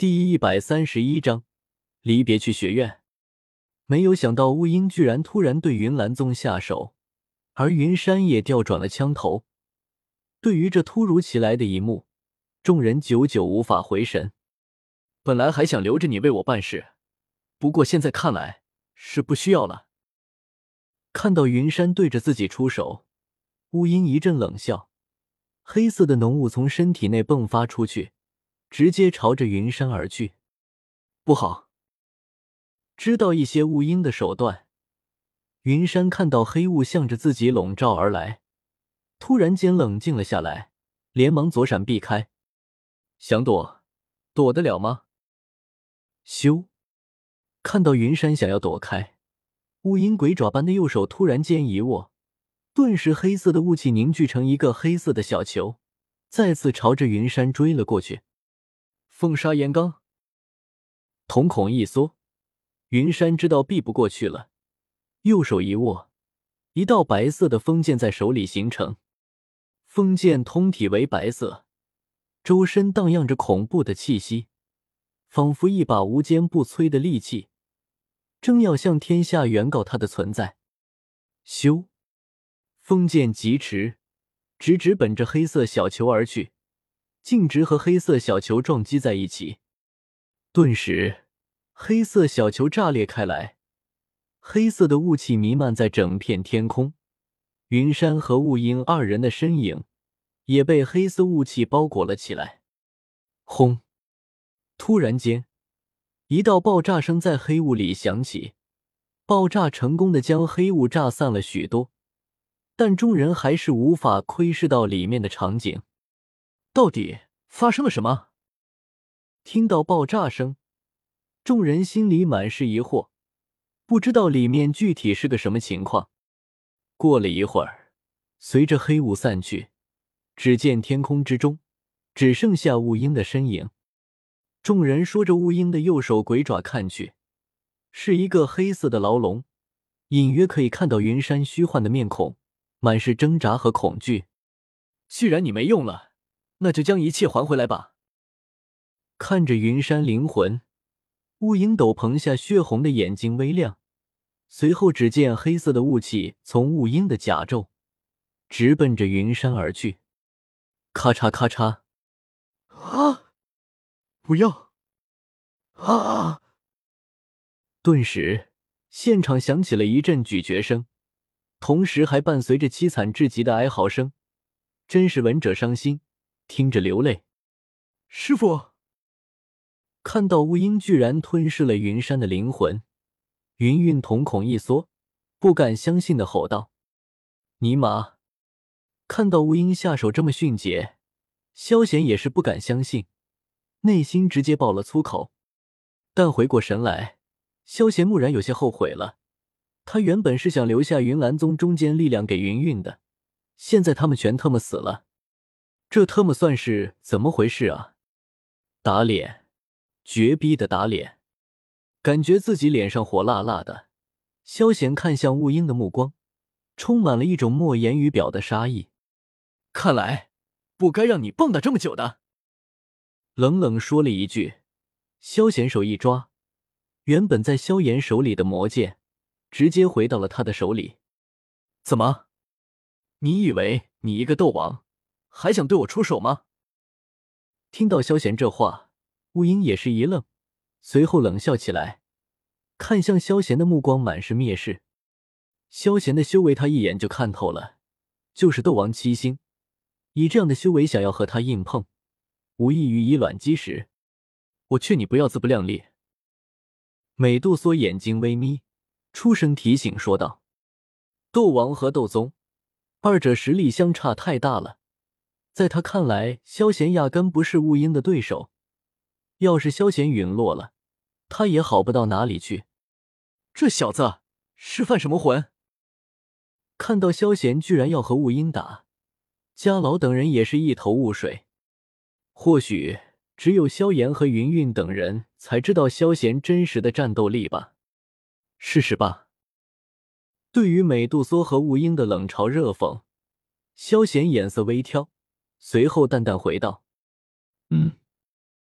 第131章离别去学院。没有想到乌鹰居然突然对云岚宗下手，而云山也调转了枪头。对于这突如其来的一幕，众人久久无法回神。本来还想留着你为我办事，不过现在看来是不需要了。看到云山对着自己出手，乌鹰一阵冷笑，黑色的浓雾从身体内迸发出去，直接朝着云山而去。不好！知道一些乌鹰的手段，云山看到黑雾向着自己笼罩而来，突然间冷静了下来，连忙左闪避开。想躲，躲得了吗？咻！看到云山想要躲开，乌鹰鬼爪般的右手突然间一握，顿时黑色的雾气凝聚成一个黑色的小球，再次朝着云山追了过去。风沙炎罡，瞳孔一缩，云山知道避不过去了，右手一握，一道白色的锋剑在手里形成。锋剑通体为白色，周身荡漾着恐怖的气息，仿佛一把无坚不摧的利器，正要向天下原告它的存在。咻！锋剑疾驰，直直本着黑色小球而去，径直和黑色小球撞击在一起。顿时黑色小球炸裂开来，黑色的雾气弥漫在整片天空，云山和雾鹰二人的身影也被黑色雾气包裹了起来。轰！突然间，一道爆炸声在黑雾里响起，爆炸成功的将黑雾炸散了许多，但众人还是无法窥视到里面的场景。到底发生了什么？听到爆炸声，众人心里满是疑惑，不知道里面具体是个什么情况。过了一会儿，随着黑雾散去，只见天空之中只剩下雾鹰的身影。众人说着雾鹰的右手鬼爪看去，是一个黑色的牢笼，隐约可以看到云山虚幻的面孔，满是挣扎和恐惧。既然你没用了，那就将一切还回来吧。看着云山灵魂，雾鹰斗篷下血红的眼睛微亮，随后只见黑色的雾气从雾鹰的甲胄直奔着云山而去。咔嚓咔嚓！ 啊！不要！啊！ 顿时现场响起了一阵咀嚼声，同时还伴随着凄惨至极的哀嚎声，真是闻者伤心，听着流泪。 师父！ 看到乌鹰居然吞噬了云山的灵魂，云韵瞳孔一缩，不敢相信地吼道：尼玛！看到乌鹰下手这么迅捷，萧贤也是不敢相信，内心直接爆了粗口。但回过神来，萧贤蓦然有些后悔了，他原本是想留下云岚宗中坚力量给云韵的，现在他们全他妈死了，这他妈算是怎么回事啊？打脸，绝逼的打脸！感觉自己脸上火辣辣的，萧贤看向雾鹰的目光充满了一种莫言于表的杀意。看来不该让你蹦跶这么久的。冷冷说了一句，萧贤手一抓，原本在萧炎手里的魔剑直接回到了他的手里。怎么？你以为你一个斗王还想对我出手吗？听到萧贤这话，雾鹰也是一愣，随后冷笑起来，看向萧贤的目光满是蔑视。萧贤的修为他一眼就看透了，就是斗王7星，以这样的修为想要和他硬碰，无异于以卵击石。我劝你不要自不量力。美杜莎眼睛微眯，出声提醒说道：斗王和斗宗，二者实力相差太大了，在他看来，萧贤压根不是雾鹰的对手，要是萧贤陨落了，他也好不到哪里去。这小子是犯什么浑？看到萧贤居然要和雾鹰打，家老等人也是一头雾水。或许只有萧炎和云韵等人才知道萧贤真实的战斗力吧。试试吧。对于美杜莎和雾鹰的冷嘲热讽，萧贤眼色微挑，随后淡淡回道：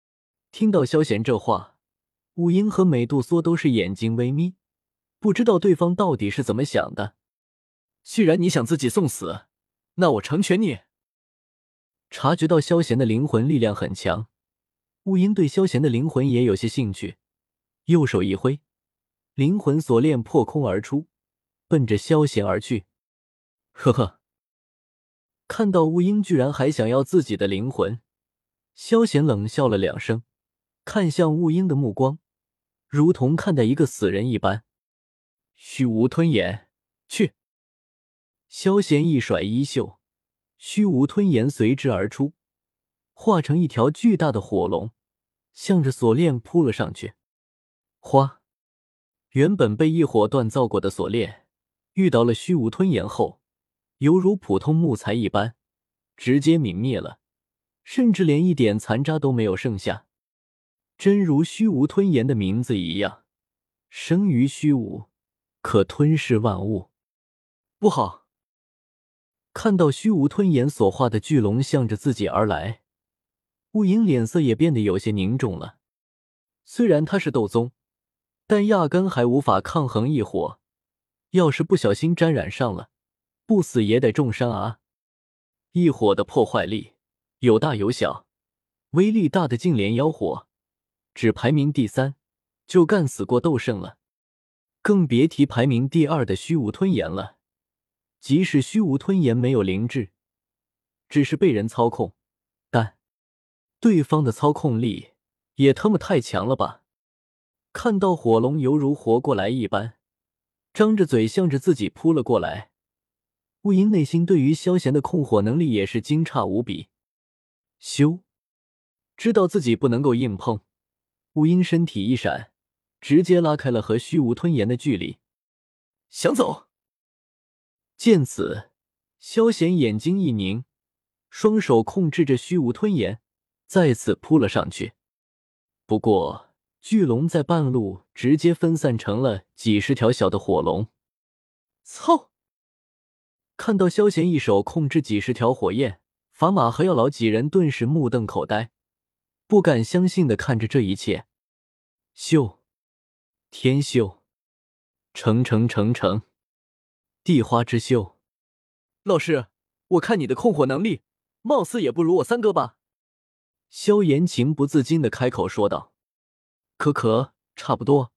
听到萧贤这话，雾英和美杜莎都是眼睛微眯，不知道对方到底是怎么想的。 既然你想自己送死，那我成全你。 察觉到萧贤的灵魂力量很强，雾英对萧贤的灵魂也有些兴趣，右手一挥，灵魂锁链破空而出，奔着萧贤而去。 呵呵， 看到雾英居然还想要自己的灵魂，萧贤冷笑了2声，看向雾英的目光如同看待一个死人一般。虚无吞炎，去！萧贤一甩衣袖，虚无吞炎随之而出，化成一条巨大的火龙，向着锁链扑了上去。哗！原本被异火锻造过的锁链，遇到了虚无吞炎后，犹如普通木材一般，直接泯灭了，甚至连一点残渣都没有剩下。真如虚无吞炎的名字一样，生于虚无，可吞噬万物。 不好！ 看到虚无吞炎所化的巨龙向着自己而来，雾影脸色也变得有些凝重了。虽然他是斗宗，但压根还无法抗衡异火，要是不小心沾染上了，不死也得重伤啊！异火的破坏力有大有小，威力大的净莲妖火只排名第3，就干死过斗圣了，更别提排名第2的虚无吞炎了。即使虚无吞炎没有灵智，只是被人操控，但对方的操控力也他妈太强了吧！看到火龙犹如活过来一般，张着嘴向着自己扑了过来，雾莹内心对于萧贤的控火能力也是惊诧无比。咻！知道自己不能够硬碰，雾莹身体一闪，直接拉开了和虚无吞炎的距离。 想走？ 见此，萧贤眼睛一凝，双手控制着虚无吞炎，再次扑了上去。不过巨龙在半路直接分散成了几十条小的火龙。 操！ 看到萧贤一手控制几十条火焰，法玛和药老几人顿时目瞪口呆，不敢相信地看着这一切。咻！天咻！成，地花之秀。 老师，我看你的控火能力，貌似也不如我三哥吧？ 萧炎情不自禁地开口说道。可，差不多。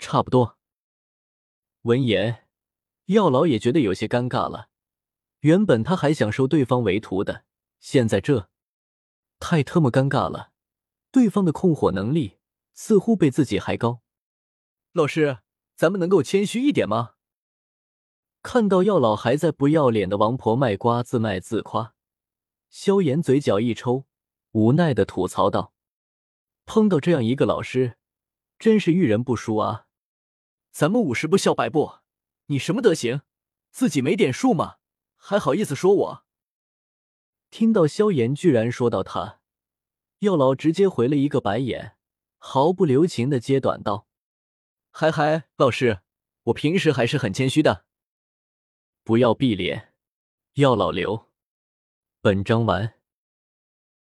闻言，药老也觉得有些尴尬了。原本他还想收对方为徒的，现在这太他妈尴尬了。对方的控火能力似乎比自己还高。 老师，咱们能够谦虚一点吗？ 看到药老还在不要脸的王婆卖瓜自卖自夸，萧炎嘴角一抽，无奈地吐槽道：碰到这样一个老师，真是遇人不淑啊！ 咱们50步笑100步，你什么德行？自己没点数吗？还好意思说我？ 听到萧炎居然说到他，药老直接回了一个白眼，毫不留情地接短道： 嗨，老师，我平时还是很谦虚的。 不要闭脸，药老刘。本章完。